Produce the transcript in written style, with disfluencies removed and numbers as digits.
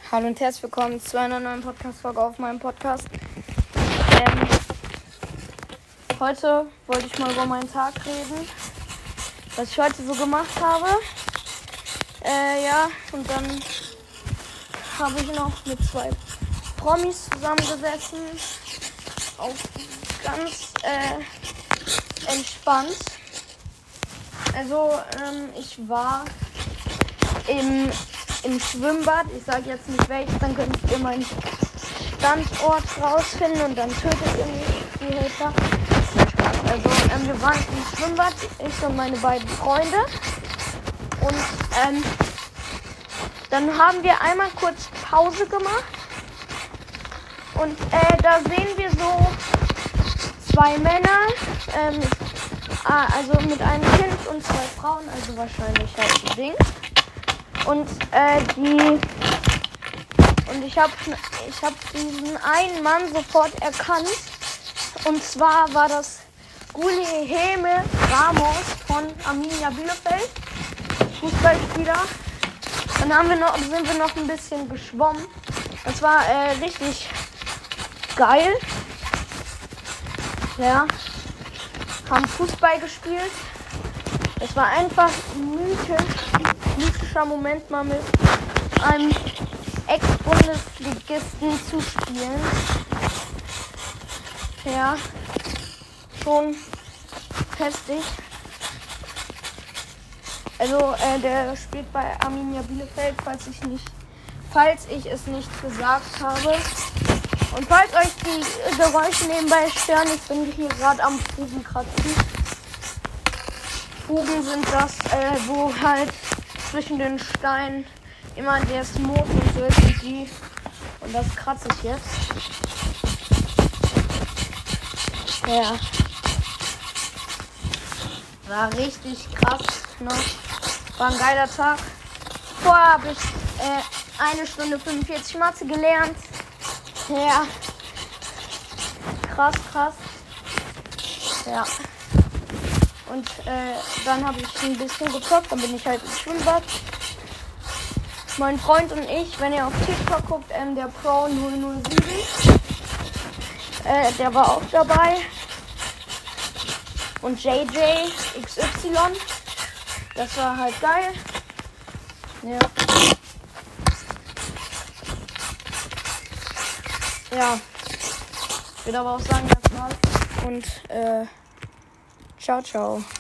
Hallo und herzlich willkommen zu einer neuen Podcast-Folge auf meinem Podcast. Heute wollte ich mal über meinen Tag reden, was ich heute so gemacht habe. Und dann habe ich noch mit 2 Promis zusammengesessen, auch ganz entspannt. Also ich war im Schwimmbad. Ich sage jetzt nicht welches, dann könnt ihr meinen Standort rausfinden und dann tötet ihr mich, die Hater. Also wir waren im Schwimmbad, ich und meine beiden Freunde. Und dann haben wir einmal kurz Pause gemacht. Und da sehen wir so 2 Männer, also mit einem Kind und 2 Frauen, also wahrscheinlich halt ein Ding. Und ich habe diesen einen Mann sofort erkannt. Und zwar war das Guilherme Ramos von Arminia Bielefeld, Fußballspieler. Dann sind wir noch ein bisschen geschwommen. Das war richtig geil. Ja, haben Fußball gespielt. Es war einfach mythischer Moment, mal mit einem Ex-Bundesligisten zu spielen. Ja, schon heftig. Also der spielt bei Arminia Bielefeld, falls ich es nicht gesagt habe. Und falls euch die Geräusche nebenbei stören, ich bin hier gerade am Fugen kratzen. Fugen sind das, wo halt zwischen den Steinen immer der Smooth und so ist und das kratze ich jetzt. Ja. War richtig krass noch. War ein geiler Tag. Vorher habe ich 1 Stunde 45 Mathe gelernt. Ja. Krass. Ja. Und dann habe ich ein bisschen gezockt, dann bin ich halt im Schwimmbad. Mein Freund und ich, wenn ihr auf TikTok guckt, der Pro 007, der war auch dabei. Und JJ XY, das war halt geil. Ja. Ja. Ich würde aber auch sagen, das war's. Und ciao.